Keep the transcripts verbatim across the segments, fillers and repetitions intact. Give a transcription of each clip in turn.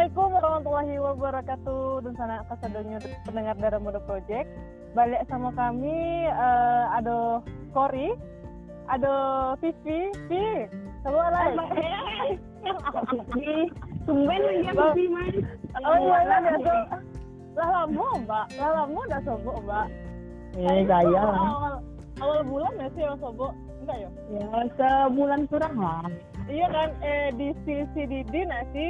Assalamualaikum warahmatullahi wabarakatuh. Dan sana kasadonya pendengar Darah Muda Project. Balik sama kami uh, ada Kori, ada Vivi, Vivi. Selalu alay. Sumben lagi aku sih, Mas. Oh iya, lah ada. Lah lama, Mbak. Lah lama udah sobok, Mbak. Eh, gaya lah. Awal, awal bulan ya sih yang sobok. Enggak ya? Ya, sebulan kurang lah. Iya kan, eh di C C D D nggak sih?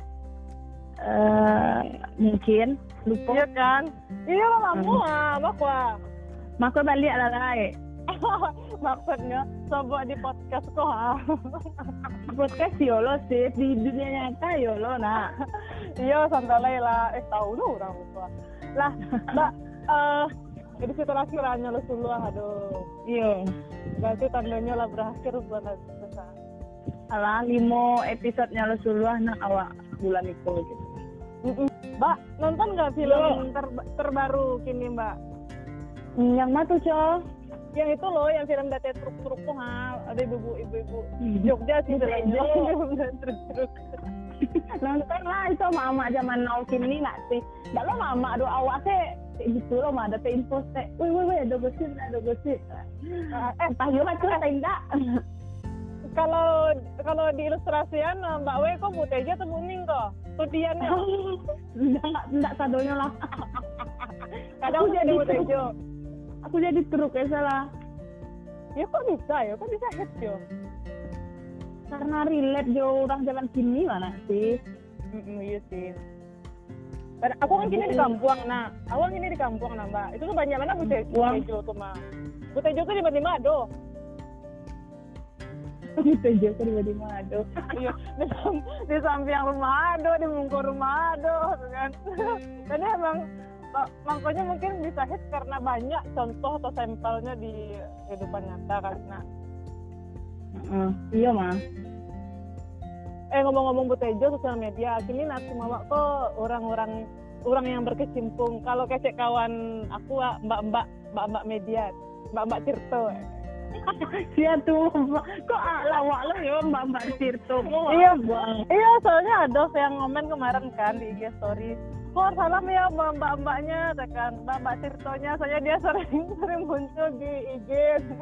Eh, mungkin lupa. Iya kan? Iya lama Hmm. lah, makwa. Maka balik lah lah. Maksudnya sobok di podcast kok ha. Podcast yolo sih di dunia nyata yolo nak. Iya santai lah. Eh tahu lu orang lupa. Lah, Mbak, eh jadi situ lagi orangnya lu suluh aduh. Iya. Berarti tandanya lah berakhir bulan besar. Alah limo episodenya lo suluh nak awak bulan itu gitu. Mm-mm. Mbak, nonton nggak film ter- terbaru kini Mbak? Yang mana tuh cowok? Yang itu loh, yang film date truk-truk tuh ha, ada ibu-ibu Hmm. Jogja sih filmnya. Truk-truk. Nonton lah itu mama zaman now kini nak sih. Nggak lo mama do awak sih gitu loh mah ada info teh. Wih wih wih ada gosip ada gosip. Eh entah yo macam apa enggak. Kalau kalau di ilustrasian Mbak We kok Buteja atau Buning kok? Tudiannya. Enggak enggak sadonya lah. Kadang jadi Butejo. Aku jadi truk ya salah. Ya kok bisa ya? Kok bisa hits yo? Karena relate jo orang zaman kini mana sih? Mm iya sih. Dan aku kan kini di kampung, nah awal kini di kampung nah Mbak. Itu tuh banyak mana Butejo, Butejo tuh mah. Butejo tuh di Manado. Butejo tuh di Manado. Iya, di, sam- di samping rumah Ado, di mungkur rumah Ado, kan. Jadi emang makanya mungkin bisa hit karena banyak contoh atau sampelnya di kehidupan nyata kan. Nah, Uh, iya mah. eh ngomong-ngomong Butejo sosial media, kini nak semua kok orang-orang orang yang berkecimpung. Kalau kecek kawan aku mbak-mbak mbak-mbak media, mbak-mbak Tirto. Sia tuh kok lawak lo ya mbak-mbak Tirto. Iya, iya soalnya ada yang ngomen kemarin kan di I G story. Kok salam ya mbak-mbaknya, tekan mbak-mbak Tirtonya, soalnya dia sering sering muncul di I G.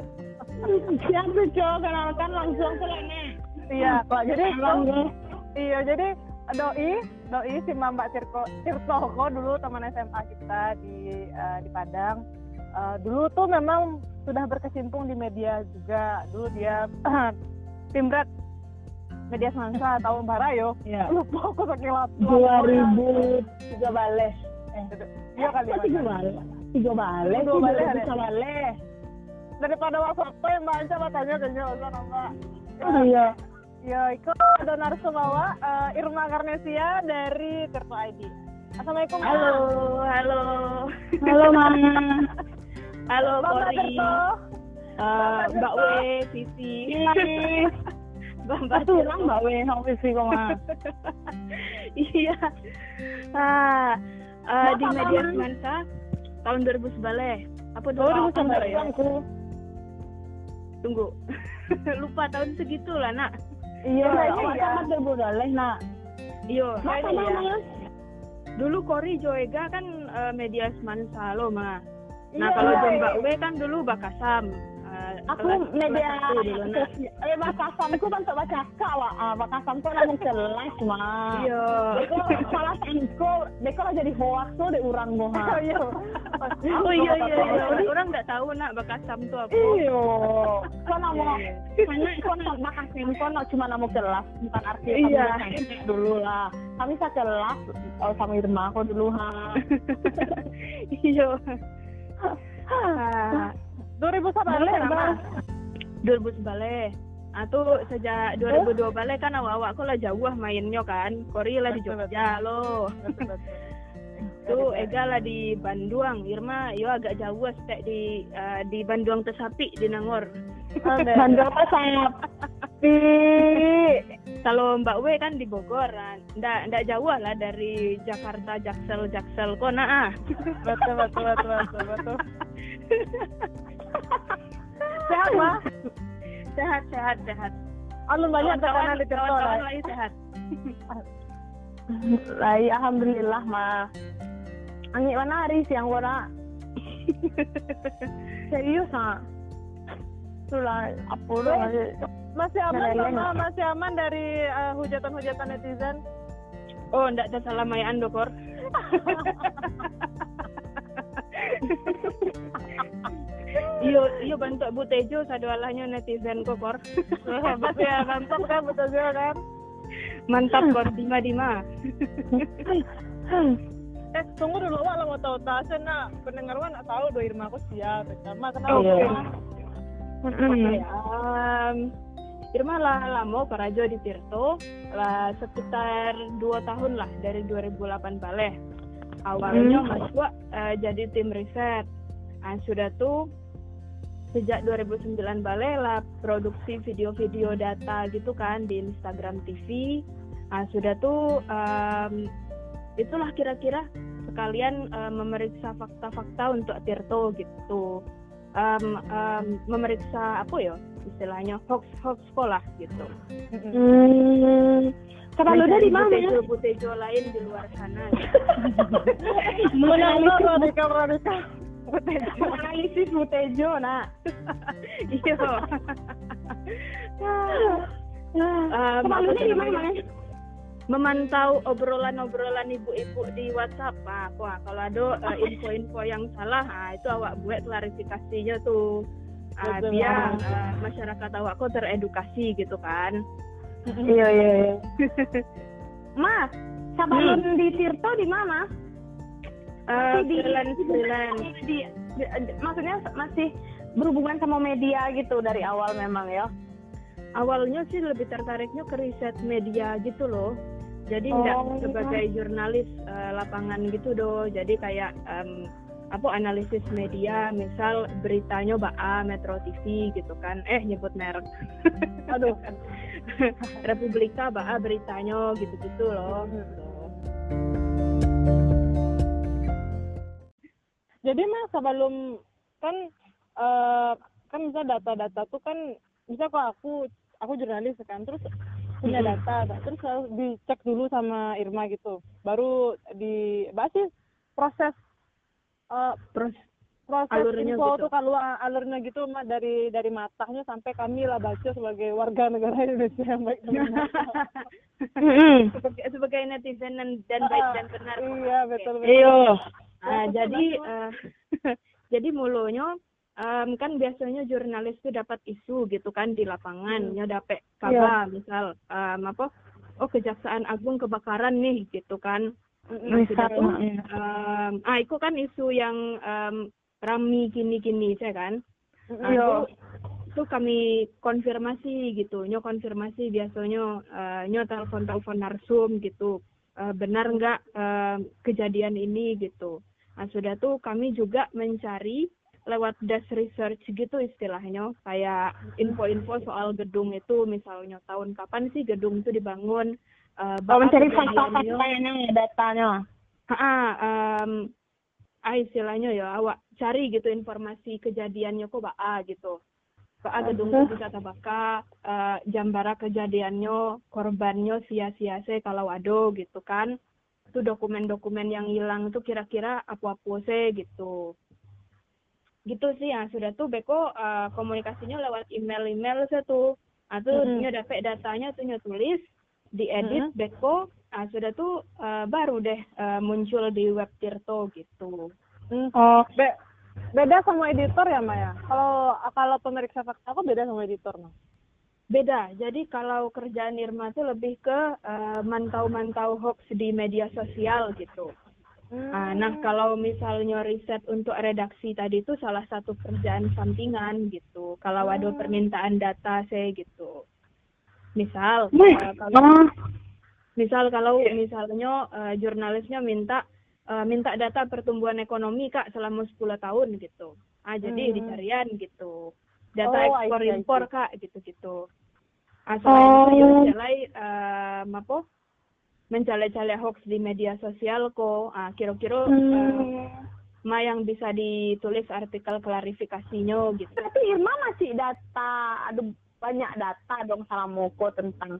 Siapa cowok kenalkan langsung ke Lene. Iya, Pak. Jadi Emang kok, iya jadi doi, doi si Mbak Tirto, Tirto kok dulu teman S M A kita di uh, di Padang. Uh, dulu tuh memang sudah berkecimpung di media juga. Dulu dia Timret Media Semansa tahun Barayo. Iya. Lupa aku saking lapar. dua ribu tiga bales. Eh, iya kali. kok tiga bales? Tiga bales. Dua bales ada. Tiga bales. Daripada WhatsApp yang Mbak Anca katanya kayaknya WhatsApp Mbak. Oh iya. Ya, itu ada narasumbawa uh, Irma Karnesia dari Tirto I D. Assalamualaikum. Halo, halo. Halo, Mama. Halo, Mbak Kori. Tirto. Uh, Mbak W, Sisi. Mbak Mbak tuh orang Mbak W sama Sisi kok, Ma. Iya. Ah, uh, di Media Semansa tahun dua ribu sebelas. Apa tuh? dua ribu sebelas ya? Tunggu. Lupa tahun segitu lah, Nak. Iya, awak iya. sama dua ribu sebelas, Nak. Iya, Masa iya. Mas? Dulu Kori Joega kan uh, Media Semansa lo, Ma. Nah, Iya, kalau iya, Jon iya. Mbak W kan dulu Bakasam. Uh, Aku kelas- media kelas satu dulu, Nak. eh Bakasam ku kan sok baca kak wah. Ah, Bakasam ku namun kelas mah. Iya. Deko salah engko, deko lah jadi hoax tuh di urang boha. Oh iya. Oh iya iya iya. Orang- Orang nggak tahu Nak Bakasam tuh apa. Iyo. Kok nama mana kok nama Bakasam kok nama cuma nama kelas bukan arti Iya. kami dulu lah. Kami sa kelas oh, sama Irma aku dulu ha. Iya. Ah, dua ribu sebelas Bang. dua ribu sebelas. Ah tuh sejak dua ribu dua belas kan awak-awak kok lah jauh mainnya kan. Kori lah di Jogja lo. Tuh Ega lah di Bandung, Irma yo agak jauh stek di uh, di Bandung Tesapi di Nangor. Bandung Tesapi. Kalau Mbak W kan di Bogor, nah, ndak ndak jauh lah dari Jakarta Jaksel Jaksel kok nah. Betul betul betul betul betul. Sehat mah? Sehat sehat sehat. Alun banyak tekanan di Tirto kawan lah. lagi sehat. Lai alhamdulillah mah. Angin mana hari siang gua serius ah. Itulah apa udah masih masih aman sama masih aman dari uh, hujatan-hujatan netizen. Oh, ndak ada salah mayaan dokor. Iyo, iyo bantu Bu Tejo sadualahnya netizen kok kor. Hebat ya, mantap kan Bu Tejo kan. Mantap kor, Dima Dima. Eh, tunggu dulu Wak, lah mau tahu tahu nah pendengar Wak nak tahu do Irma aku siap sama kenapa? Oh, okay. Okay. Um, Irma lah lama karajo di Tirto lah sekitar dua tahun lah dari dua ribu delapan balik. Awalnya hmm. masuk uh, jadi tim riset. Nah, sudah tuh sejak dua ribu sembilan balik lah produksi video-video data gitu kan di Instagram T V. Nah, sudah tuh um, itulah kira-kira sekalian uh, memeriksa fakta-fakta untuk Tirto gitu. Um, um, memeriksa apa ya istilahnya hoax-hoax sekolah gitu. Hmm. Kalau udah di mana ya? Butejo lain di luar sana. Menanggap radikal radikal. Butejo analisis Butejo nak. Iya. Kalau udah di mana? Memantau obrolan-obrolan ibu-ibu di WhatsApp. Nah, wah, kalau ada uh, info-info yang salah, nah, itu awak buat klarifikasinya tuh. Uh, biar uh, masyarakat awak kok teredukasi gitu kan. Iya iya iya. Mas, sebelum hmm. di Tirto di mana? Uh, di freelance, freelance. Di, di, di, maksudnya masih berhubungan sama media gitu dari awal memang ya? Awalnya sih lebih tertariknya ke riset media gitu loh. Jadi oh, enggak sebagai jurnalis uh, lapangan gitu doh. Jadi kayak um, apa analisis media, misal beritanya B A Metro T V gitu kan. Eh nyebut merek. Aduh. Republika B A beritanya gitu-gitu loh. Gitu. Jadi Mas sebelum kan uh, kan misalnya data-data tuh kan bisa kok aku aku jurnalis kan terus punya data terus harus dicek dulu sama Irma gitu baru dibahas proses uh, proses proses alurnya info gitu. Tuh kalau alurnya gitu mah dari dari matahnya sampai kami lah baca sebagai warga negara Indonesia yang baik dan benar. sebagai, sebagai netizen dan, dan baik dan benar. Iya betul betul. Iya. Nah, jadi uh, jadi mulunya Um, kan biasanya jurnalis itu dapat isu gitu kan di lapangan, hmm. ya dapat kabar, yeah. misal um, apa, oh Kejaksaan Agung kebakaran nih gitu kan, misal, um, ah itu kan isu yang um, rami gini-gini saya kan, nah, yeah. itu, itu kami konfirmasi gitu, nyo konfirmasi biasanya, uh, nyo telepon-telepon narsum gitu, uh, benar nggak uh, kejadian ini gitu, nah sudah tuh kami juga mencari lewat desk research gitu istilahnya kayak info-info soal gedung itu misalnya tahun kapan sih gedung itu dibangun uh, oh, mencari fakta-faktanya datanya ah um, ah istilahnya ya awak cari gitu informasi kejadiannya kok ba gitu ba gedung itu bisa tabaka uh, jambara kejadiannya korbannya sia-sia sih kalau ada gitu kan itu dokumen-dokumen yang hilang itu kira-kira apa-apa sih gitu gitu sih ya sudah tuh beko uh, komunikasinya lewat email-email satu atau mm-hmm. nyo dapat datanya tuh nyo tulis diedit mm-hmm. beko ah sudah tuh uh, baru deh uh, muncul di web Tirto gitu. Mm. Oh be- beda sama editor ya Maya kalau kalau pemeriksa fakta aku beda sama editor Mas. Beda jadi kalau kerjaan Irma tuh lebih ke uh, mantau-mantau hoax di media sosial gitu. Hmm. Nah, kalau misalnya riset untuk redaksi tadi itu salah satu kerjaan sampingan gitu. Kalau ada hmm. permintaan data saya gitu. Misal, uh, kalau misal kalau misalnya uh, jurnalisnya minta uh, minta data pertumbuhan ekonomi Kak selama sepuluh tahun gitu. Ah, jadi hmm. dicarian gitu. Data oh, ekspor impor Kak gitu-gitu. Ah, selain oh. itu ya uh, apa? mencale-cale hoax di media sosial kok, ah, kira-kira hmm. uh, ma yang bisa ditulis artikel klarifikasinya gitu. Tapi Irma masih data, ada banyak data dong sama Moko tentang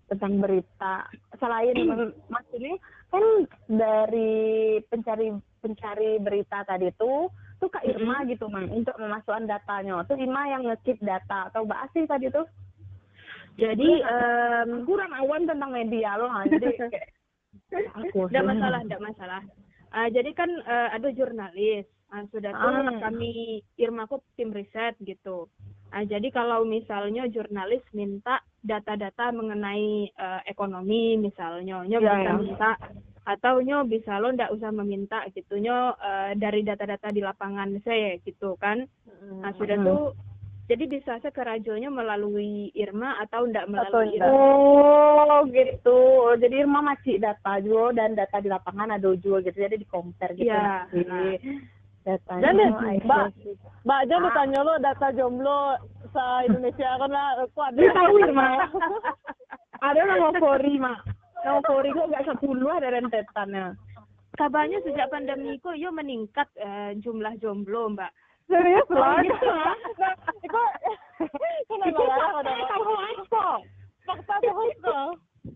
tentang berita. Selain maksudnya kan dari pencari pencari berita tadi tuh tuh Kak Irma gitu Mang untuk memasukkan datanya. Tuh Irma yang nge-keep data atau Mbak Asih tadi tuh. Jadi um, kurang awam tentang media loh, jadi kayak aku enggak masalah, enggak masalah. Uh, jadi kan uh, ada jurnalis, uh, sudah tuh Ah. kami Irma kok tim riset gitu. Uh, jadi kalau misalnya jurnalis minta data-data mengenai uh, ekonomi misalnya, nyo Ya, bisa ya. minta atau nyo bisa lo ndak usah meminta gitu, nyo uh, dari data-data di lapangan saya gitu kan. Nah, sudah Hmm. tuh jadi bisa saya ke radionya melalui Irma atau ndak melalui enggak? Irma. Oh gitu. Jadi Irma masih data juga dan data di lapangan ada juga gitu. Jadi di compare gitu. Iya. Nanti. Nah. Datanya. Jadi, oh, I Mbak, see. Mbak aja Ah. ditanya lo data jomblo se Indonesia kan lah, kok ada? Dia tahu Irma. Ada nama Fori Mak. Nama Fori kok nggak sepuluh ada rentetannya. Kabarnya sejak pandemi kok yo meningkat eh, jumlah jomblo, Mbak. Serius Oh, lah? gitu lah. Itu, itu Itu nama fakta tahu apa? fakta terus tuh.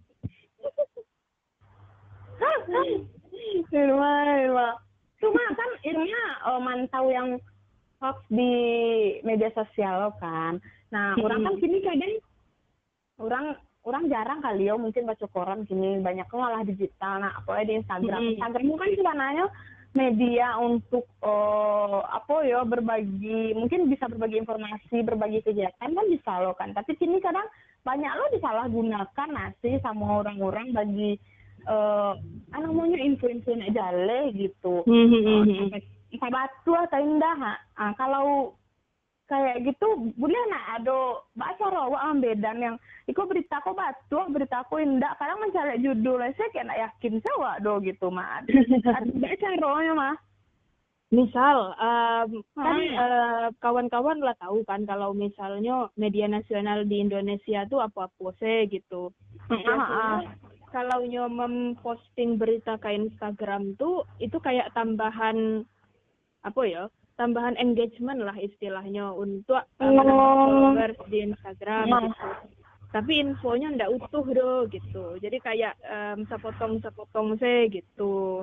Irma, Irma. Cuma kan Irma oh, mantau yang hoax di media sosial kan. Nah, orang kan sini kadang orang orang jarang kali ya mungkin baca koran gini, banyak malah digital. Nah, apalagi di Instagram. Hmm. Instagram kan sebenarnya media untuk oh, apa ya berbagi, mungkin bisa berbagi informasi, berbagi kegiatan kan bisa lo kan. Tapi sini kadang banyak lo disalahgunakan nasi sama orang-orang bagi eh uh, namanya info-info nek jale gitu. Hmm. Entah batu atau indah. Nah, kalau kayak gitu boleh nak ada baca rawa ambedan yang iko berita ko batu berita ko indah kadang mencari judul saya kayak nak yakin sewa do gitu mah ada baca rawanya mah misal um, kan Hmm. uh, kawan-kawan lah tahu kan kalau misalnya media nasional di Indonesia tuh apa-apa sih gitu. Ah, ah. Kalau nyo memposting berita ke Instagram tuh itu kayak tambahan apa ya? Tambahan engagement lah istilahnya untuk uh, menambah Oh. followers di Instagram Nah. gitu. Tapi infonya ndak utuh do gitu. Jadi kayak um, sepotong-sepotong sih gitu.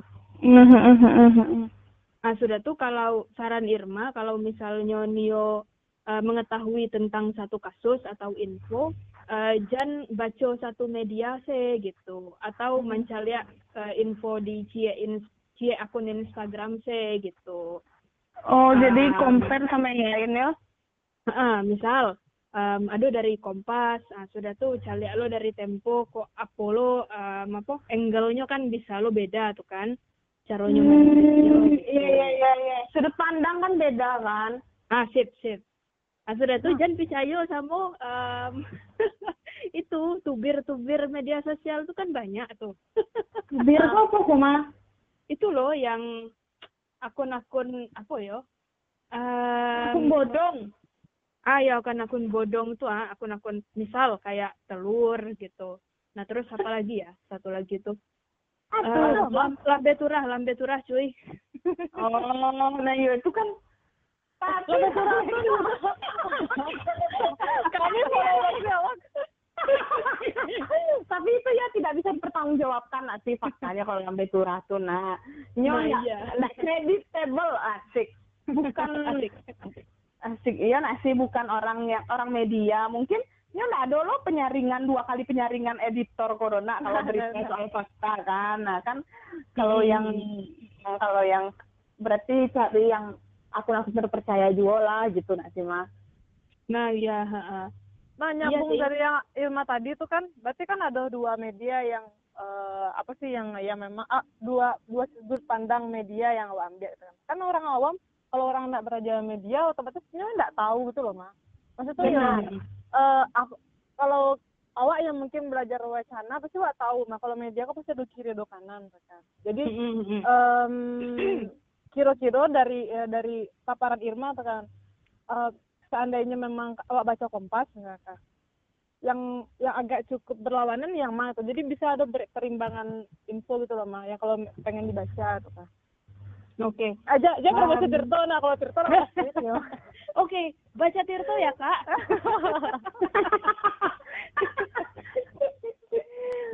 Nah, sudah tuh kalau saran Irma, kalau misalnya Nio uh, mengetahui tentang satu kasus atau info, uh, jangan baca satu media sih gitu, atau mencari uh, info di cie, in, cie akun Instagram sih gitu. Oh, jadi Um, compare sama yang lain ya? Uh, misal um, ada dari Kompas, nah, sudah tuh cari lo dari Tempo, kok Apollo, um, apa angle-nya kan bisa lo beda tuh kan. Caranya Hmm, menulisnya gitu. iya iya iya iya. Sudut pandang kan beda kan? Ah, sip, sip. Ah, sudah tuh Nah. jangan percaya sama um, itu tubir-tubir media sosial tuh kan banyak tuh. Biar apa kuma? Itu loh yang akun-akun apa ya? Um, Akun bodong. ah ya kan akun bodong tuh ah, akun-akun misal kayak telur gitu. Nah, terus apa lagi ya? Satu lagi tuh. Uh, lam- lambe turah, lambe turah cuy. Oh, nah iya itu kan tapi Lambe turah tuh. Kami followersnya awak. tapi itu ya tidak bisa dipertanggungjawabkan lah sih faktanya kalau lambe turah tuh nah nyo Nah, nggak iya. nggak creditable asik bukan Asik. asik iya nggak sih bukan orang yang orang media mungkin nyo nggak ada lo penyaringan dua kali penyaringan editor corona kalau berita soal fakta kan nah kan kalau Hmm. yang kalau yang berarti cari yang akun-akun terpercaya juga lah gitu nggak sih mas. Nah, iya, heeh. Nah, Iya nyambung sih. dari yang Irma tadi tuh kan, berarti kan ada dua media yang eh, apa sih yang yang memang ah, dua dua sudut pandang media yang lo ambil gitu kan. Kan orang awam kalau orang nggak belajar media otomatis dia nggak tahu gitu loh, Mas. Maksudnya ya Benar. eh, aku- kalau awak yang mungkin belajar wacana pasti awak tahu, nah kalau media kan pasti ada kiri ada kanan kan. Jadi Mm-mm. em, kira-kira dari eh, dari paparan Irma tuh kan eh, seandainya memang awak baca Kompas enggak kan yang yang agak cukup berlawanan yang mana tuh jadi bisa ada ber- perimbangan info gitu loh mah yang kalau pengen dibaca tuh kan Oke. aja aja kalau baca Um, Tirto nah kalau Tirto lah gitu. Oke, baca Tirto ya, Kak.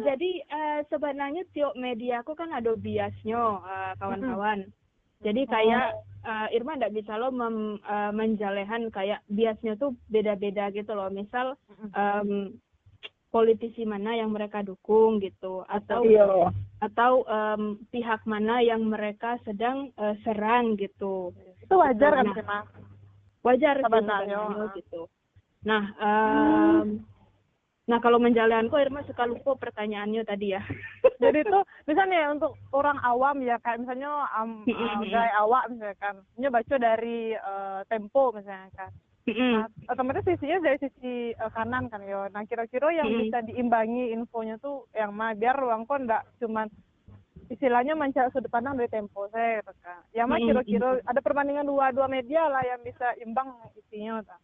jadi uh, sebenarnya tiap media aku kan ada biasnya uh, kawan-kawan. Jadi kayak uh, Irma nggak bisa lo mem, uh, menjalehan kayak biasnya tuh beda-beda gitu loh. Misal um, politisi mana yang mereka dukung gitu, atau Iya. atau um, pihak mana yang mereka sedang uh, serang gitu. Itu wajar kan Nah, sih, Mas? Wajar sih Sebenarnya. sebenarnya gitu. Nah, um, nah kalau menjalankan Irma suka lupa pertanyaannya tadi ya. Jadi itu misalnya untuk orang awam ya, kayak misalnya um, uh, gaya awak misalkan, ini baca dari uh, Tempo misalnya kan. Nah, otomatis sisinya dari sisi uh, kanan kan ya. Nah, kira-kira yang bisa diimbangi infonya tuh yang mana biar ruang kok enggak cuman istilahnya mencari sudut pandang dari Tempo saya gitu kan. Yang mana kira-kira ada perbandingan dua dua media lah yang bisa imbang isinya kan.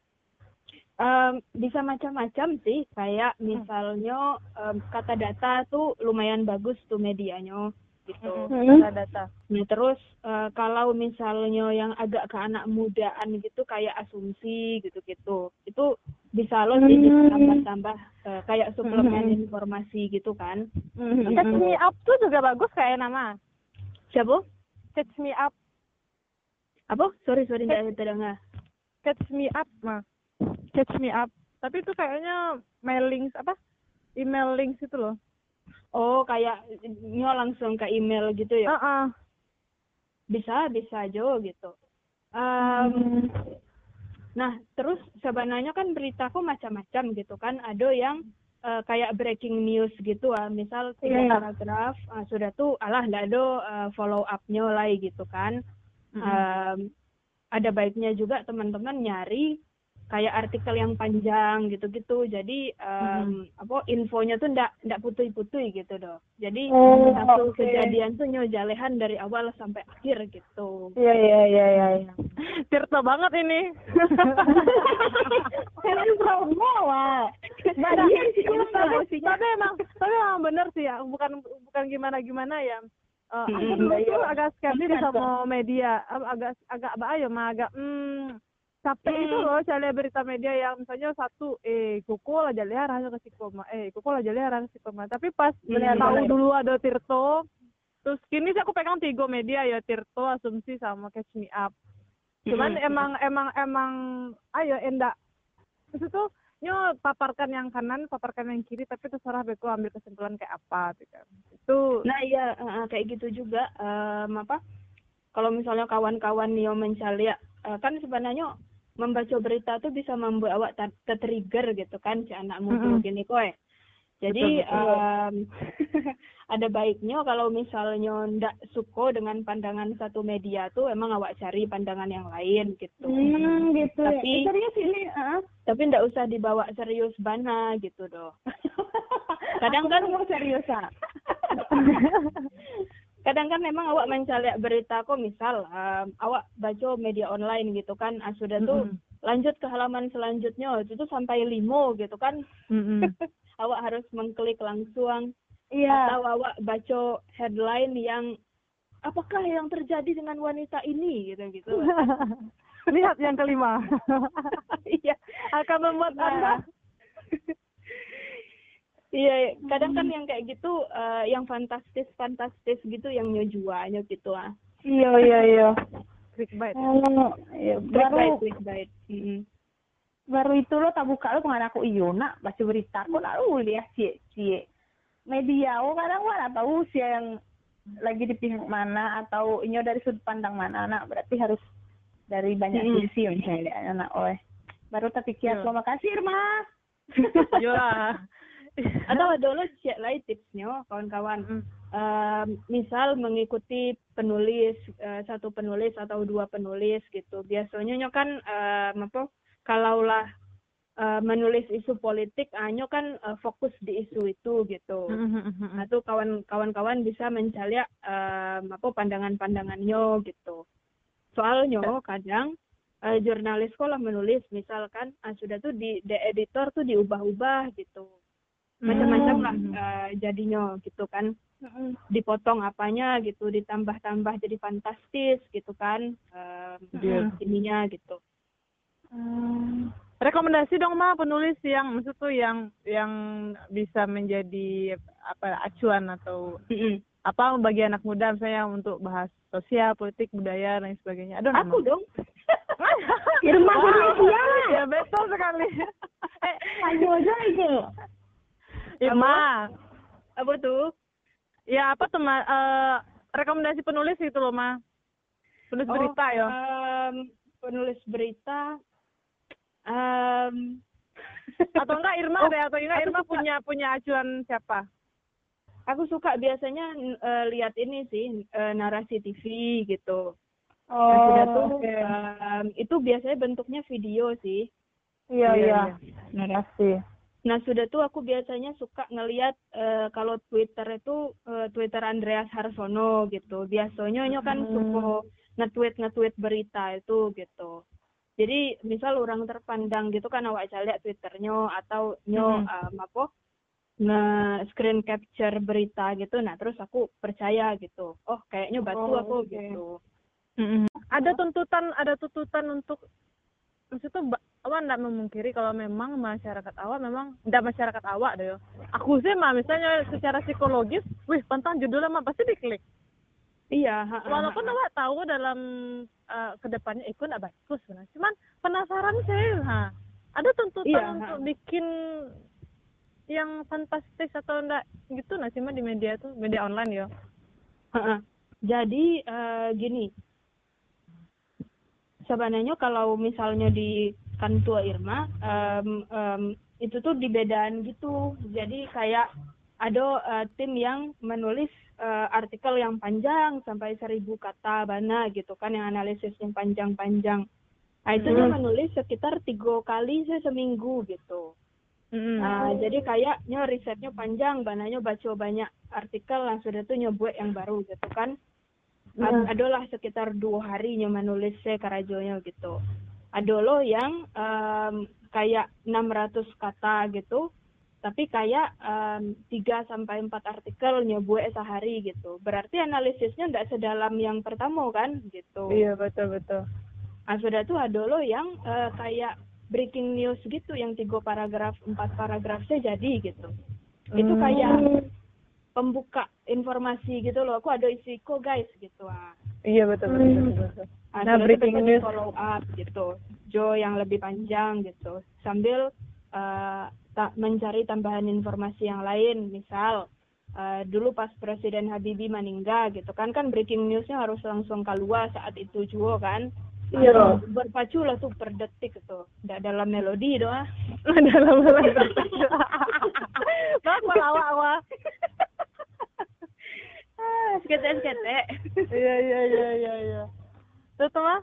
Um, bisa macam-macam sih, kayak misalnya um, kata data tuh lumayan bagus tuh medianya gitu. Kata data. Nah terus uh, kalau misalnya yang agak ke anak mudaan gitu kayak asumsi gitu-gitu, itu bisa lo sih ditambah-tambah uh, kayak suplemen informasi gitu kan. Catch Me Up tuh juga bagus kayak nama. Siapa? Catch Me Up. Apa? Sorry sorry nggak terdengar. Catch Me Up mah. Catch Me Up. Tapi itu kayaknya mail links apa? Email links itu loh. Oh, kayak nyo langsung ke email gitu ya? Uh-uh. Bisa, bisa aja gitu. Um, hmm. Nah, terus sebenarnya kan beritaku macam-macam gitu kan. Ada yang uh, kayak breaking news gitu ah. Misal tiga yeah. paragraf, uh, sudah tuh alah nggak ada uh, follow up-nya lagi gitu kan. Mm-hmm. Um, ada baiknya juga teman-teman nyari kayak artikel yang panjang gitu-gitu, jadi um, hmm. apa infonya tuh ndak ndak putui-putui gitu doh. Jadi oh, satu okay. kejadian tuh nyojalehan dari awal sampai akhir gitu. Iya iya iya iya. Tirta banget ini. Keren promo wah. Tapi emang tapi emang bener sih ya, bukan bukan gimana-gimana ya. Uh, aku dulu tuh agak skeptis sama media, agak agak apa ya, mah agak hmm capek hmm. itu loh cari berita media yang misalnya satu eh kuku aja lihat hasil ke psikoma eh kuku aja lihat hasil psikoma tapi pas hmm, tahu bener. Dulu ada Tirto terus kini sih aku pegang tiga media ya, Tirto, Asumsi sama Catch Me Up. Cuman hmm. emang emang emang ayo enggak itu tuh nyo paparkan yang kanan paparkan yang kiri tapi terserah beko ambil kesimpulan kayak apa gitu kan. Itu nah iya uh, kayak gitu juga um, apa kalau misalnya kawan-kawan nio mencari uh, kan sebenarnya membaca berita tuh bisa membuat awak ter-trigger gitu kan si anak muda mm-hmm. gini kowe. Jadi betul, betul. Um, ada baiknya kalau misalnya ndak suko dengan pandangan satu media tuh emang awak cari pandangan yang lain gitu. Hmm, gitu tapi ya. Serius ini, uh. tapi ndak usah dibawa serius bana gitu doh. Kadang kan mau serius ah. Kadang kan memang awak mencari berita kok misal um, awak baca media online gitu kan ah, sudah tuh mm-hmm. lanjut ke halaman selanjutnya itu tuh sampai limo gitu kan mm-hmm. awak harus mengklik langsung yeah. atau awak baca headline yang apakah yang terjadi dengan wanita ini gitu gitu lihat yang kelima iya akan membuat nah. Anda iya, kadang kan yang kayak gitu, uh, yang fantastis-fantastis gitu, yang nyojuanya gitu ah. Iya, iya, iya. Clickbait. Oh, iya. Baru, clickbait. Mm-hmm. Baru itu lo tak buka lo pengen aku iyo nak baca berita aku lalu lihat cie cie media oh kadang mana tahu sih yang lagi di pihak mana atau inyo dari sudut pandang mana anak berarti harus dari banyak mm-hmm. sisi misalnya anak oleh baru tak pikir terima kasih Irma. Yolah. Atau ada lo cek lain tipsnya kawan-kawan mm. um, misal mengikuti penulis uh, satu penulis atau dua penulis gitu biasanya kan um, apa kalaulah uh, menulis isu politik anyo kan uh, fokus di isu itu gitu mm-hmm. nah tuh kawan-kawan bisa mencari um, apa pandangan-pandangannya gitu soalnya kadang uh, jurnalis sekolah menulis misalkan uh, sudah tuh di, di editor tuh diubah-ubah gitu macam-macam lah mm-hmm. uh, jadinya gitu kan mm-hmm. dipotong apanya gitu ditambah-tambah jadi fantastis gitu kan uh, mm-hmm. ininya gitu mm. Rekomendasi dong Ma penulis yang maksud tuh yang yang bisa menjadi apa acuan atau Mm-mm. apa bagi anak muda misalnya untuk bahas sosial, politik, budaya dan sebagainya. Ada Aku dong. Irma Wah, Kurniasia. ya betul sekali. eh, Ayo aja itu. Irma, Apa tuh? ya apa tuh Ma? Eh, rekomendasi penulis itu loh Ma. Penulis Oh, berita ya. em, penulis berita. Um, Atau enggak Irma Oh, deh atau enggak aku Irma suka. punya punya acuan siapa? aku suka biasanya eh, lihat ini sih eh, narasi T V gitu. Oh, Nah, sudah tuh oke. em, itu biasanya bentuknya video sih. Iya, Iya, iya. iya. Narasi. Nah, sudah tuh aku biasanya suka ngelihat eh, kalau Twitter itu eh, Twitter Andreas Harsono gitu. Biasanya nyo kan Hmm. suka nge-tweet nge-tweet berita itu gitu. Jadi misal orang terpandang gitu kan awak lihat Twitternya atau nyo Hmm. um, apa nge-screen capture berita gitu. Nah, terus aku percaya gitu. Oh, kayaknya batu Oh, aku oke. gitu. Mm-mm. Ada tuntutan, ada tuntutan untuk maksud tuh ba- awak nggak memungkiri kalau memang masyarakat awak memang nggak masyarakat awak deh yo. Aku sih mah misalnya secara psikologis, wih pantang judulnya mah pasti diklik. Iya, ha, ha, Walaupun ha. awak tahu dalam uh, kedepannya itu nggak bagus sebenarnya. Cuman penasaran sih, ha. Ada tuntutan Iya, untuk ha. bikin yang fantastis atau enggak gitu nggak sih mah di media tuh, media online ya. Ha, ha. Jadi eh, gini, sebenarnya kalau misalnya di Kantua Irma em, em, itu tuh dibedaan gitu. Jadi kayak ada eh, tim yang menulis eh, artikel yang panjang sampai seribu kata bana gitu kan, yang analisis yang panjang-panjang. Nah itu dia menulis sekitar tiga kali sih seminggu gitu. Mm-mm. Nah, jadi kayaknya risetnya panjang, bananya baca banyak artikel, lah sudah tuh nyobuat yang baru gitu kan. Ad- adalah sekitar dua hari nyo menulis saya karajonya gitu. Ada lo yang em, kayak enam ratus kata gitu, tapi kayak em, tiga sampai empat artikel nyobuat sehari gitu. Berarti analisisnya ndak sedalam yang pertama kan gitu. Iya betul betul. Nah, sudah tuh ada lo yang eh, kayak breaking news gitu, yang tiga paragraf, empat paragraf saya jadi gitu. Itu kayak pembuka informasi gitu loh. Aku ada isi kok guys gitu. Ah. Iya betul betul betul. betul. Nah, Nah, sudah breaking itu news. follow up gitu. Jo yang lebih panjang gitu. Sambil eh, tak mencari tambahan informasi yang lain, misal eh, dulu pas Presiden Habibie meninggal gitu kan, kan breaking newsnya harus langsung keluar saat itu juga kan. Iya. Berpacu lah tuh per detik gitu. Nggak dalam melodi doang. dalam dalam. Bak awak-awak. Ah, skete-skete. Iya iya iya iya iya. Terus mah?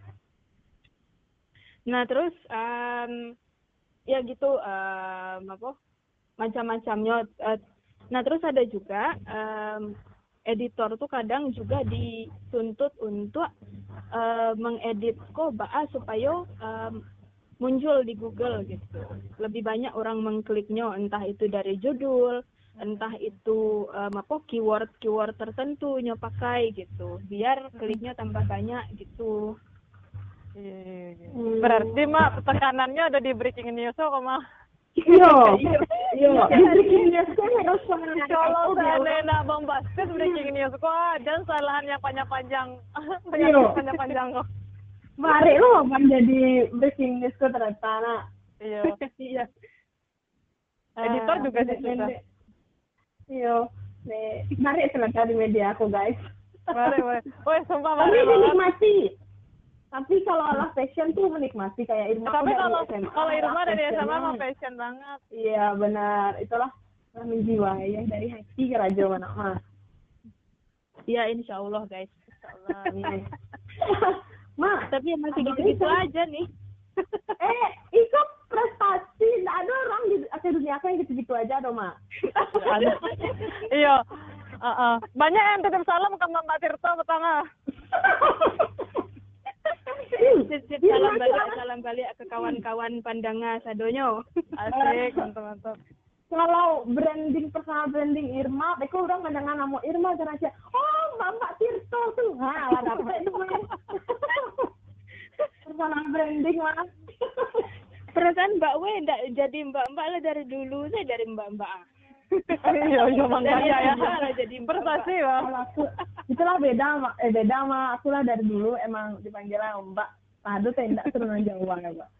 Nah, terus um, ya gitu um, apa? Macam-macamnya. Uh, nah, terus ada juga um, editor tuh kadang juga dituntut untuk uh, mengedit kok bahas supaya um, muncul di Google gitu. Lebih banyak orang mengkliknya, entah itu dari judul, entah itu um, apa keyword-keyword tertentu nya pakai gitu, biar kliknya tambah banyak gitu. Iya iya iya. Berarti mah tekanannya ada di breaking news kok mah. Iya. Iya. Di breaking news kan harus Kalau saya nak bombastis breaking news kok dan kesalahan yang panjang-panjang. Iya. Panjang-panjang kok. Mari lo kan jadi breaking news ke ternyata. Nah. Iya. Iya. Editor juga sih susah. Iya. Nih, mari ternyata di media aku guys. Mari mari. Woi sumpah Tapi mari banget. menikmati. Tapi kalau olah fashion tuh menikmati kayak Irma. Tapi aku kalau dari S M A, kalau Irma dari S M A fashionnya- mah fashion banget. Iya benar. Itulah menjiwai ya dari hati kerajo mana mah. Ya insya Allah guys. Insya Allah. Amin. Ma, Tapi ya masih Abang gitu-gitu Rizal. aja nih. eh ikut prestasi nggak ada orang di akhir dunia aku yang gitu-gitu aja dong Ma. Iya. Heeh. Banyak yang titip salam ke Mbak Tirto pertama. Sip-sip, salam balik, salam balik ke kawan-kawan pandangan sadonyo. Asik, mantap-mantap. Kalau branding personal branding Irma, mereka udah mendengar nama Irma dan aja, oh Mbak Mbak Tirto tuh, nah lah dapet itu. Personal branding Mas. Perasaan Mbak We ndak jadi mbak-mbak lah dari dulu, saya dari mbak-mbak. Iya, iya makanya ya. Lah jadi Prestasi ya. Kalau aku itulah beda sama eh beda sama aku lah, dari dulu emang dipanggilnya Mbak. Aduh saya enggak turun Jawa ya, Mbak.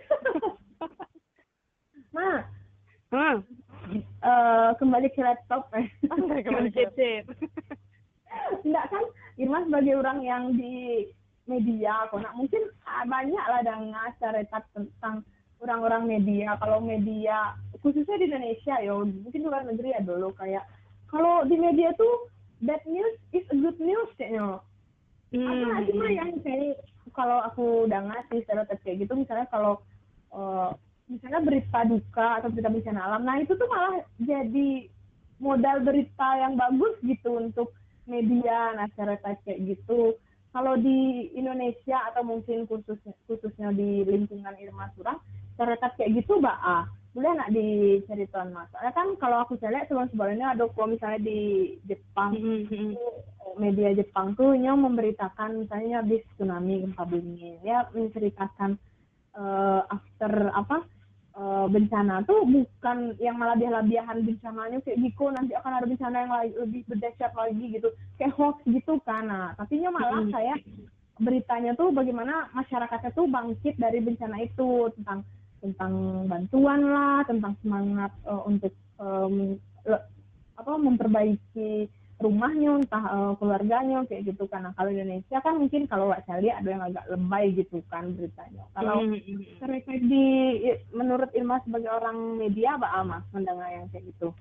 Ma, Hmm. eh kembali ke laptop eh. Kembali ke- Sip, sip. Enggak kan, Irma sebagai orang yang di media, kok nah, mungkin ah, banyak lah dengar cerita tentang orang-orang media. Kalau media khususnya di Indonesia ya, mungkin di luar negeri ya dulu kayak kalau di media tuh bad news is a good news kayaknya. Apa Hmm. cuma yang kayak kalau aku dengar sih stereotip kayak gitu, misalnya kalau eh, misalnya berita duka atau berita bencana alam, nah itu tuh malah jadi modal berita yang bagus gitu untuk media. Nah stereotip kayak gitu kalau di Indonesia atau mungkin khususnya khususnya di lingkungan Irma Surang, stereotip kayak gitu Mbak A boleh nggak diceritain Mas? Soalnya kan kalau aku lihat sebelum-sebelumnya ada kalau misalnya di Jepang, Hmm, hmm. itu, media Jepang tuh yang memberitakan misalnya habis tsunami gempa bumi, ya menceritakan eh, after apa eh, bencana tuh bukan yang malah biah-biahan bencananya kayak gitu, nanti akan ada bencana yang lagi, lebih berdahsyat lagi gitu, kayak hoax gitu kan. Nah tapi nya malah Mm-mm. saya beritanya tuh bagaimana masyarakatnya tuh bangkit dari bencana itu, tentang tentang bantuan lah, tentang semangat eh, untuk em, le- apa memperbaiki rumahnya, entah eh, keluarganya kayak gitu kan. Nah kalau Indonesia kan mungkin kalau nggak saya lihat ada yang agak lebay gitu kan beritanya. Kalau Hmm, hmm. terkait di menurut Irma sebagai orang media apa Ama mendengar yang kayak gitu?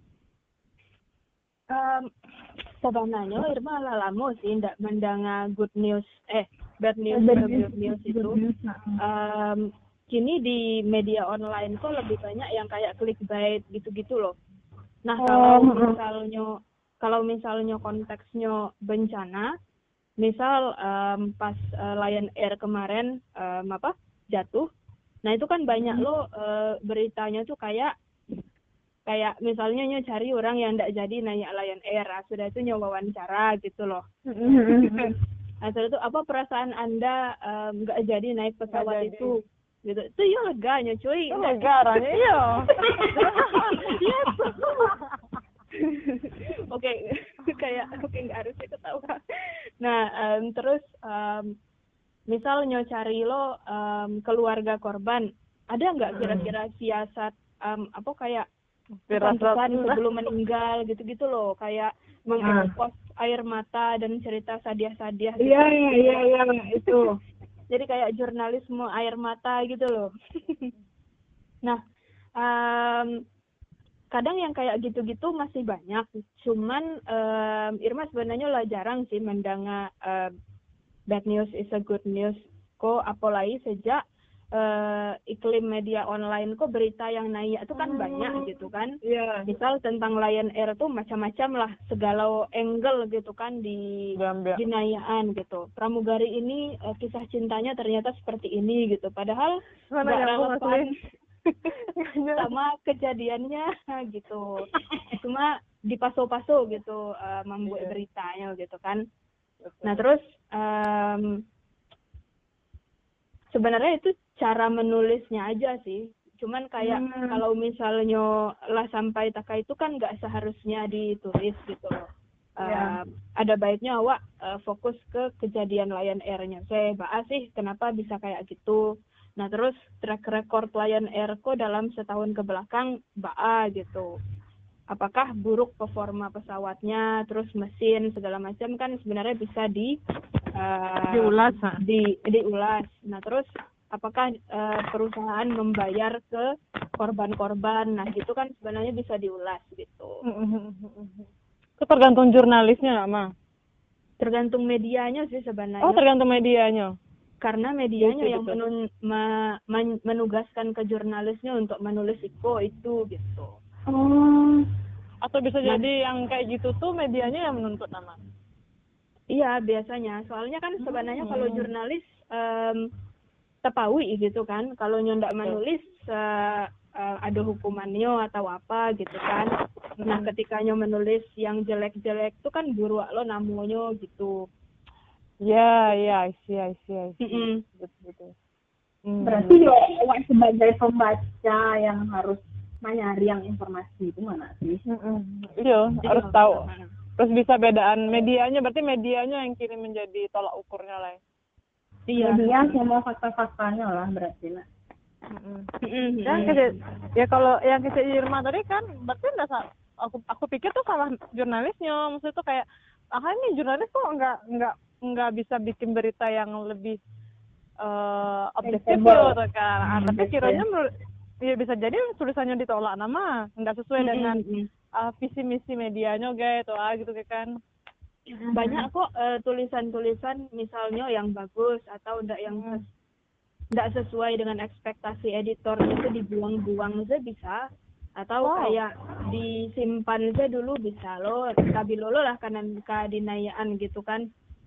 Um, sebenarnya Irma lah lama sih ndak mendengar good news eh bad news Bad atau news, good news good itu. news, nah. Um, kini di media online kok lebih banyak yang kayak clickbait gitu-gitu loh. Nah Oh, kalau mm-mm. misalnya kalau misalnya konteksnya bencana, misal um, pas uh, Lion Air kemarin um, apa jatuh, nah itu kan banyak loh uh, beritanya tuh kayak kayak misalnya nyo cari orang yang ndak jadi naik Lion Air, ah, sudah itu nyo wawancara gitu loh. Nah, setelah itu apa perasaan Anda em, nggak jadi naik pesawat jadi. itu? Gitu. Itu ya lega nyo cuy. Oh Nggak- negaranya iya. Yes. Oke, kayak oke nggak harusnya ketawa. Nah, em, terus em, misal nyo cari lo em, keluarga korban, ada nggak kira-kira siasat em, apa kayak pesan-pesan sebelum meninggal gitu-gitu loh, kayak mengekspos air mata dan cerita sadiah-sadiah gitu. Iya iya iya iya itu. Jadi kayak jurnalisme air mata gitu loh. Nah, um, kadang yang kayak gitu-gitu masih banyak. Cuman um, Irma sebenarnya lah jarang sih mendengar uh, bad news is a good news. Kok apalagi sejak uh, iklim media online kok berita yang naik itu kan banyak gitu kan. Iya. Misal tentang Lion Air tuh macam-macam lah, segala angle gitu kan di Gambia. dinayaan gitu. Pramugari ini uh, kisah cintanya ternyata seperti ini gitu. Padahal Mana nggak nyambung relevan asli. sama kejadiannya gitu. Cuma dipaso-paso gitu uh, membuat Iya. beritanya gitu kan. Nah terus um, sebenarnya itu cara menulisnya aja sih. Cuman kayak Hmm. kalau misalnya lah sampai taka itu kan nggak seharusnya ditulis gitu loh. Iya. Uh, ada baiknya awak uh, fokus ke kejadian Lion Air-nya. Saya bahas sih kenapa bisa kayak gitu. Nah terus track record Lion Air kok dalam setahun ke belakang baa gitu. Apakah buruk performa pesawatnya, terus mesin segala macam kan sebenarnya bisa di uh, Diulas, ha? di diulas. Nah terus apakah uh, perusahaan membayar ke korban-korban? Nah gitu kan sebenarnya bisa diulas gitu. Itu tergantung jurnalisnya nggak, Ma? Tergantung medianya sih sebenarnya. Oh, tergantung medianya. Karena medianya Betul, yang betul. menun, ma, men, menugaskan ke jurnalisnya untuk menulis iko itu gitu. Oh. Atau bisa Nah. jadi yang kayak gitu tuh medianya yang menuntut nama. Iya biasanya. Soalnya kan sebenarnya Hmm. kalau jurnalis um, tepawi gitu kan. Kalau ndak menulis uh, uh, ada hukumannya atau apa gitu kan. Nah ketika nyo menulis yang jelek-jelek tuh kan buruak lo namanya gitu. Ya, ya, I see, I see, I see. Mm-mm. Betul, betul. Hmm. Berarti ya awak sebagai pembaca yang harus menyaring informasi itu mana sih? Mm-mm. Iya, harus tahu. Terus bisa bedaan medianya, berarti medianya yang kini menjadi tolak ukurnya lah. Iya. Media semua fakta-faktanya lah berarti lah. Mm-mm. Mm-mm. Dan kece, ya kalau yang kece Irma tadi kan, berarti enggak salah. Aku aku pikir tuh salah jurnalisnya, maksudnya tuh kayak, ah ini jurnalis kok nggak nggak nggak bisa bikin berita yang lebih uh, objektif gitu kan. Ah, tapi kiranya menurut, ya bisa jadi tulisannya ditolak nama, nggak sesuai Mm-mm. dengan uh, visi misi medianya gitu ah gitu kan. Banyak kok uh, tulisan-tulisan misalnya yang bagus atau enggak yang ses- enggak sesuai dengan ekspektasi editor itu dibuang-buang aja bisa, atau Wow. kayak disimpan aja dulu bisa loh, kabilo lah kanan kadinayaan gitu kan.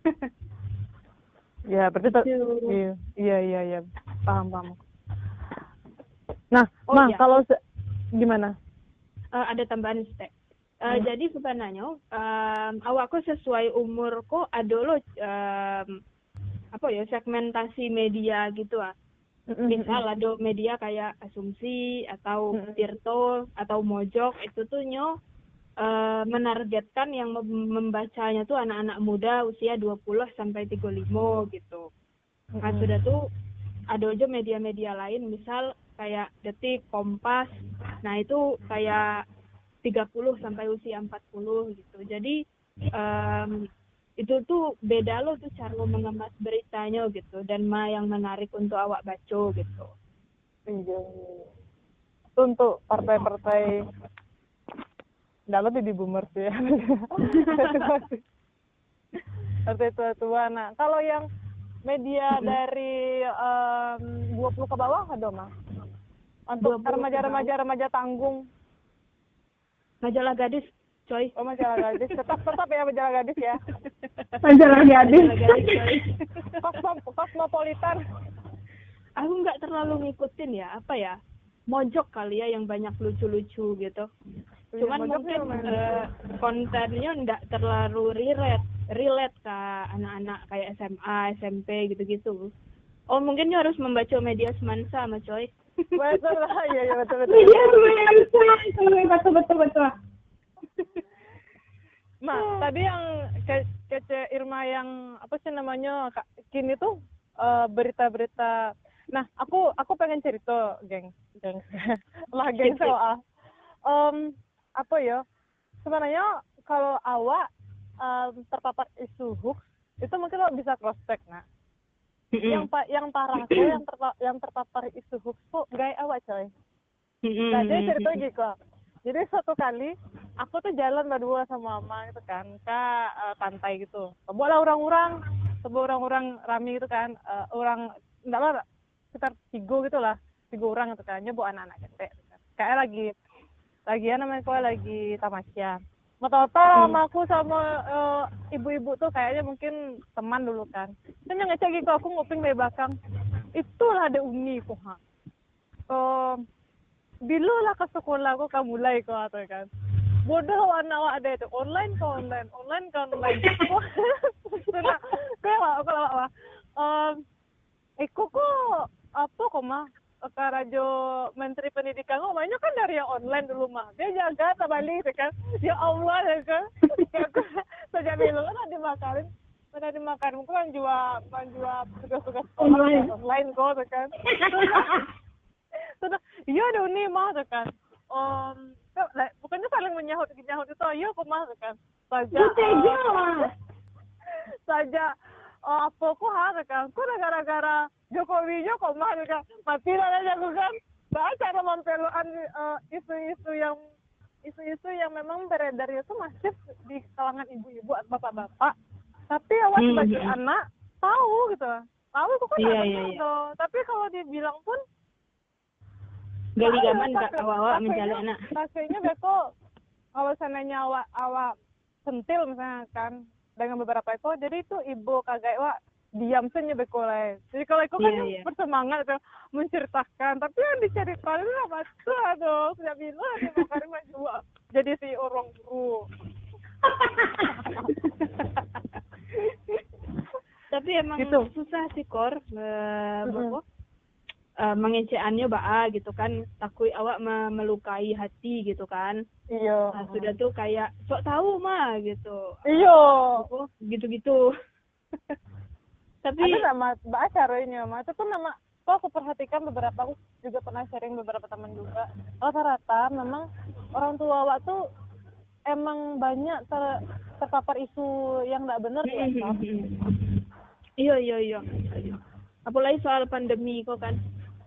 Ya, berarti ter- Gitu. iya, iya, iya, iya, paham, paham. Nah, Oh, Mang, iya. kalau se- gimana? Uh, ada tambahan step. Uh, Hmm. Jadi sebenarnya um, awakku sesuai umurku ada loh um, apa ya segmentasi media gitu ah. Misal ada media kayak Asumsi atau Mm-mm. Tirto atau Mojok itu tuh nyo uh, menargetkan yang mem- membacanya tuh anak-anak muda usia dua puluh sampai tiga puluh lima gitu. Nah, Mm-mm. sudah tuh ada aja media-media lain misal kayak Detik, Kompas. Nah, itu kayak tiga puluh sampai usia empat puluh gitu. Jadi um, itu tuh beda loh tuh cara mengemas beritanya gitu dan ma yang menarik untuk awak baca gitu. Iya. Itu untuk partai-partai nggak lebih di boomer sih ya. Partai tua-tua. Nah, kalau yang media dari um, dua puluh ke bawah ada mah? Untuk dua puluh ke remaja-remaja remaja tanggung. Majalah Gadis, coy. Oh, majalah gadis. Tetap tetap ya majalah gadis ya. Majalah gadis. Majalah Gadis, coy. Kosmo, kosmopolitan. Aku nggak terlalu ngikutin ya, apa ya? Mojok kali ya yang banyak lucu-lucu gitu. Cuman Mojok mungkin nih, uh, kontennya nggak terlalu relate, relate ke anak-anak kayak S M A, S M P gitu-gitu. Oh, mungkin you harus membaca media semansa sama coy. Betul lah, iya iya betul betul. Media semansa, betul betul betul. Ma, tadi yang ke kece Irma yang apa sih namanya Kak, kini tuh uh, berita-berita. Nah, aku aku pengen cerita, geng, geng. lah geng soal um, apa ya? Sebenarnya kalau awak um, terpapar isu hoax itu mungkin lo bisa cross check, nah. yang pa- yang parah tuh yang terpa- yang terpapar isu hoax tuh gaya awak coy. Nah, jadi cerita gitu. Jadi suatu kali aku tuh jalan berdua sama mama gitu kan ke uh, pantai gitu. Bawa orang-orang, sebuah orang-orang rame gitu kan, uh, orang enggak lah sekitar tiga gitu lah, tiga orang gitu kan, bawa anak-anak gede gitu kan. Kayak lagi lagi ya namanya kok lagi tamasya. Motor-motor sama aku sama uh, ibu-ibu tuh kayaknya mungkin teman dulu kan. Terus yang ngecek gitu aku nguping dari belakang. Itulah ada Umi kok ha. Uh, Bila lah ke sekolah aku kamu mulai kok atau kan. Bodoh anak ada itu online ke online, online ke online. Sudah, kayak aku lah. Um, Iko kok apa kok mah? Karajo Menteri Pendidikan ngomongnya kan dari yang online dulu mah. Dia jaga terbalik kan. Ya Allah ya kan. Sejak dulu kan dimakarin. Pada dimakarin aku kan jual menjual tugas-tugas online online kok kan. Sudah, iya ada nih mah kan. Um, bukannya saling menyahut menyahut itu iya kok mah kan. Saja. Saja oh, apa kok ha kan. Kok gara-gara Jokowi nya kok mah kan. Mati lah aja aku kan. Bah cara mempeluan uh, isu-isu yang isu-isu yang memang beredar itu masif di kalangan ibu-ibu atau bapak-bapak. Tapi awak hmm. sebagai anak tahu gitu. Tahu kok kan iya, iya, iya. Tapi kalau dibilang pun gali gaman kak awak-awak menjalin anak. Pastinya beko kalau sananya awak awak sentil misalnya kan dengan beberapa itu, jadi itu ibu kagak awak diam saja beko lah. Jadi kalau aku kan yeah, yeah. bersemangat itu menceritakan, tapi yang diceritakan itu apa tuh aduh sudah bilang dia makan maju jadi si orang guru. Tapi emang gitu. Susah sih kor, uh, mm-hmm. uh, mengeceannya baa gitu kan, takut awak me- melukai hati gitu kan. Iya. Nah, sudah tuh kayak sok tahu mah gitu. Iya. Oh, gitu-gitu. Tapi ada nama mbak caranya mah itu tuh nama kok aku perhatikan beberapa, aku juga pernah sharing beberapa teman juga, rata-rata memang orang tua awak tuh emang banyak ter, terpapar isu yang nggak benar di WhatsApp. Iya iya iya. Apalagi soal pandemi kok kan.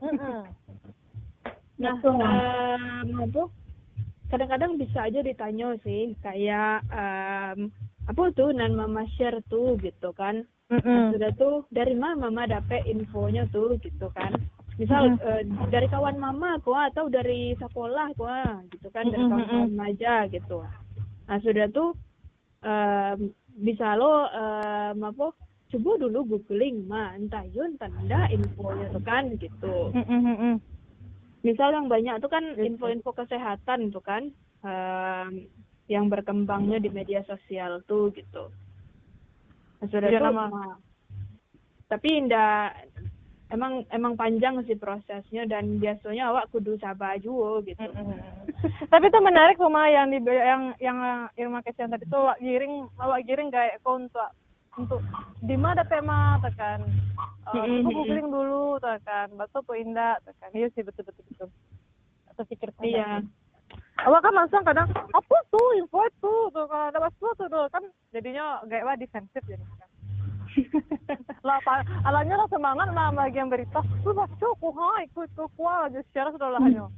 Nah, um, apa? Kadang-kadang bisa aja ditanya sih kayak um, apa tuh nan mama share tuh gitu kan. Mm-hmm. Sudah tuh dari mana mama dapet infonya tuh gitu kan. Misal mm-hmm. uh, dari kawan mama kok atau dari sekolah kok gitu kan, dari Mm-hmm. kawan aja gitu. Nah, sudah tuh um, bisa lo um, apa? Coba dulu googling mah entah yun tanda infonya tuh kan gitu. Mm-hmm. Misal yang banyak tuh kan info-info kesehatan tuh kan um, yang berkembangnya di media sosial tuh gitu. Nah, sudah ya, tuh, nama. Nah, tapi ndak emang emang panjang sih prosesnya dan biasanya awak kudu sabar juga gitu. Mm-hmm. Tapi itu menarik sama yang di yang yang Irma Kesian tadi tuh awak giring awak giring kayak kau untuk untuk di mana tema tekan uh, mm-hmm. aku googling dulu tekan betul po indah tekan iya sih betul betul betul atau pikir iya. Awak kan langsung kadang apa tuh info itu tuh kalau ada waktu tuh, tuh kan jadinya kayak wah defensif jadi kan. Lah alanya lah semangat lah bagi yang berita tuh baca aku hai ikut tuh kuah aja secara sudah lahnya.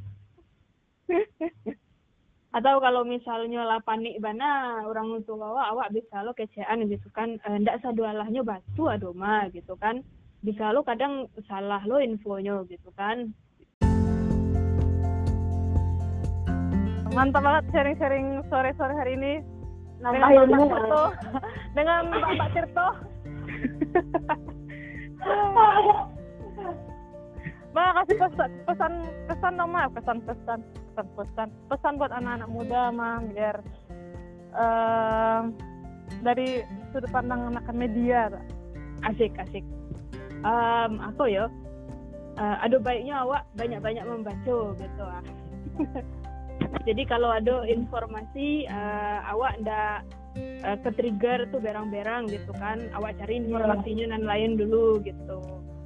Atau kalau misalnya lah panik bana orang tua awak awak bisa lo kecean gitu kan, e, ndak sadualahnya batu adoma gitu kan, bisa lo kadang salah lo infonya gitu kan. Mantap banget sharing-sharing sore-sore hari ini nambah dengan ilmu Mbak Tirto, dengan Mbak Mbak Tirto. Mbak kasih pesan pesan pesan dong Mbak, pesan pesan pesan pesan pesan buat anak-anak muda Mbak biar uh, dari sudut pandang anak media. Asik asik. Um, apa ya? Uh, aduh baiknya awak banyak-banyak membaca gitu ah. Jadi kalau ada informasi uh, awak ndak uh, ke-trigger tuh berang-berang gitu kan, awak cari informasinya dan lain dulu gitu.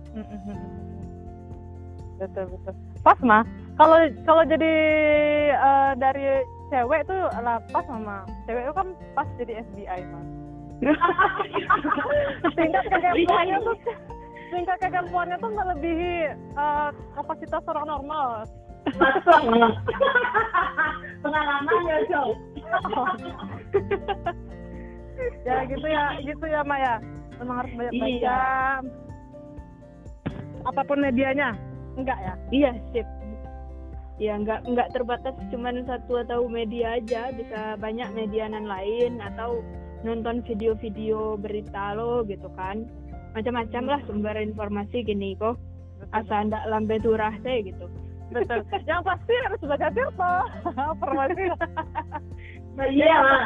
Betul betul. Pas mah. Kalau kalau jadi uh, dari cewek tuh lah pas mama. Cewek itu kan pas jadi S B I mah. Tingkat kekepoannya tuh tingkat kekepoannya tuh melebihi uh, kapasitas orang normal. Pengalaman ya Jo. Ya gitu ya, gitu ya Maya. Memang harus banyak baca. Iya. Apapun medianya, enggak ya? Iya sip. Ya enggak enggak terbatas cuman satu atau media aja, bisa banyak medianan lain atau nonton video-video berita lo gitu kan. Macam-macam lah sumber informasi gini kok. Asal ndak lambe turah teh gitu. Betul. Yang pasti harus baca Tirto. Informasi. Iya lah.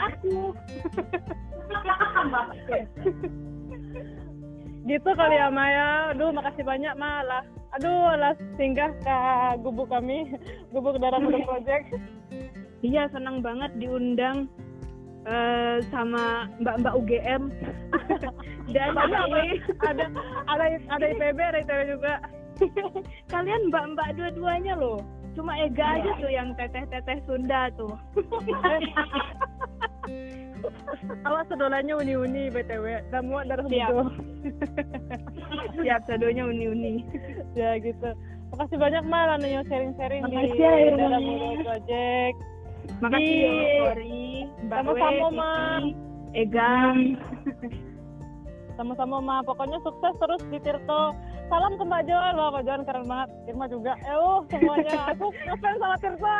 Gitu kali ya Maya. Aduh makasih banyak malah. Aduh lah singgah ke gubuk kami, Gubuk Darah Muda Project. Iya senang banget diundang uh, sama mbak-mbak U G M. Dan ada ada ada ada I P B, ada I T W juga. Kalian mbak-mbak dua-duanya loh. Cuma Ega aja tuh yang teteh-teteh Sunda tuh. Awas sedolanya uni-uni B T W. Dan muat darah muda. Siap sedonya uni-uni. Ya gitu. Makasih banyak Mal Nanya sharing-sharing di ya, Darah Muda Project. Makasih di... ya Kori, Mbak sama-sama Ma. Ega. Sama-sama Ma. Pokoknya sukses terus di Tirto. Salam ke Mbak Joan, wah Mbak Joan keren banget, Irma juga, eh uh, semuanya, aku ngefans sama Tirto.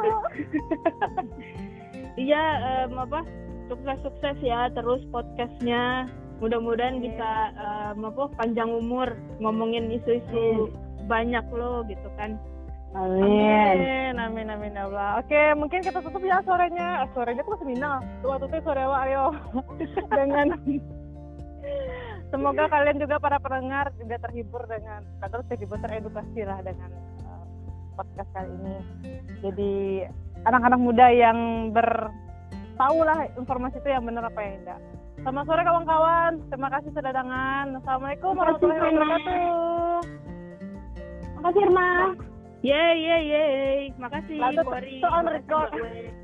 Iya, um, apa, sukses-sukses ya, terus podcastnya, mudah-mudahan yeah. bisa um, apa, panjang umur, ngomongin isu-isu hmm. banyak loh gitu kan. Amin. Amin, amin, amin Allah. Oke, mungkin kita tutup ya sorenya, sorenya tuh seminar, tuh waktu itu sore ayo dengan semoga kalian juga para pendengar juga terhibur dengan atau terhibur teredukasi lah dengan uh, podcast kali ini. Jadi anak-anak muda yang bertahu lah informasi itu yang benar apa yang enggak. Selamat sore kawan-kawan, terima kasih sudah datang. Assalamualaikum warahmatullahi wabarakatuh. Makasih Irma. Yeay, yeay, yeay. Makasih, Lalu Kori. so on Makasih, record. Mbak Wei.